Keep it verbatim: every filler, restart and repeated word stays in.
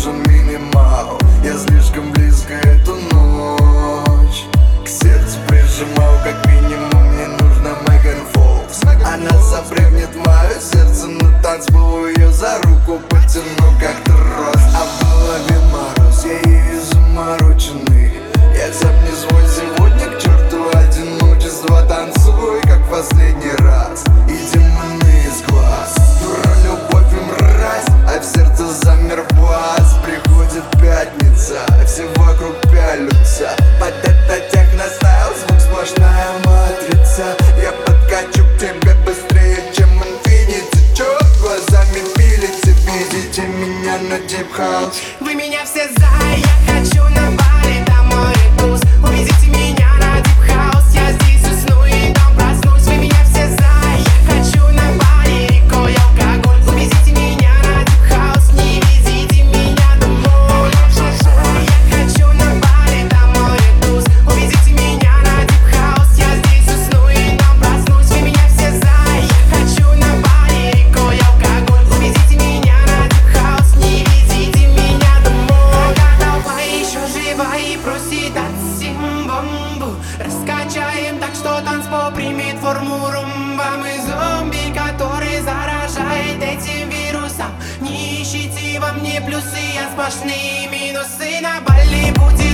нужен минимал. Я слишком близко эту ночь к сердцу прижимал, как минимум мне нужна Меган Фокс. Она запрыгнет в мое сердце на танцпол, ее за руку потяну, как трос. А в голове мороз, я ею замороченный. Я сам не свой сегодня, к черту одиночество. Танцуй, как в последний раз, и демоны из глаз. Дура, любовь и мразь, а в сердце замер бас. Приходит пятница, все вокруг пялются. Под это техностайл, звук сплошная матрица. Я подкачу к тебе быстрее, чем инфинити. Чё глазами пилите, видите меня на дип хаус. Вы меня все за, я хочу на Бали, там море туз. Увезите меня на дип хаус, я здесь усну и там проснусь. Вы меня все за, я хочу на Бали, рекой алкоголь. Увезите меня на дип хаус, не везите меня домой. Я хочу на Бали, там море туз. Увезите меня на дип хаус, я здесь усну и там проснусь. Вы меня все за, я хочу на Бали, рекой алкоголь. Увезите меня на дип хаус, не везите меня домой. Голова еще жива и просит дать бомбу. Раскачаем так, что танцпол примет форму румба. Мы зомби, который заражает этим вирусом. Не ищите во мне плюсы, а сплошные минусы. На Бали будет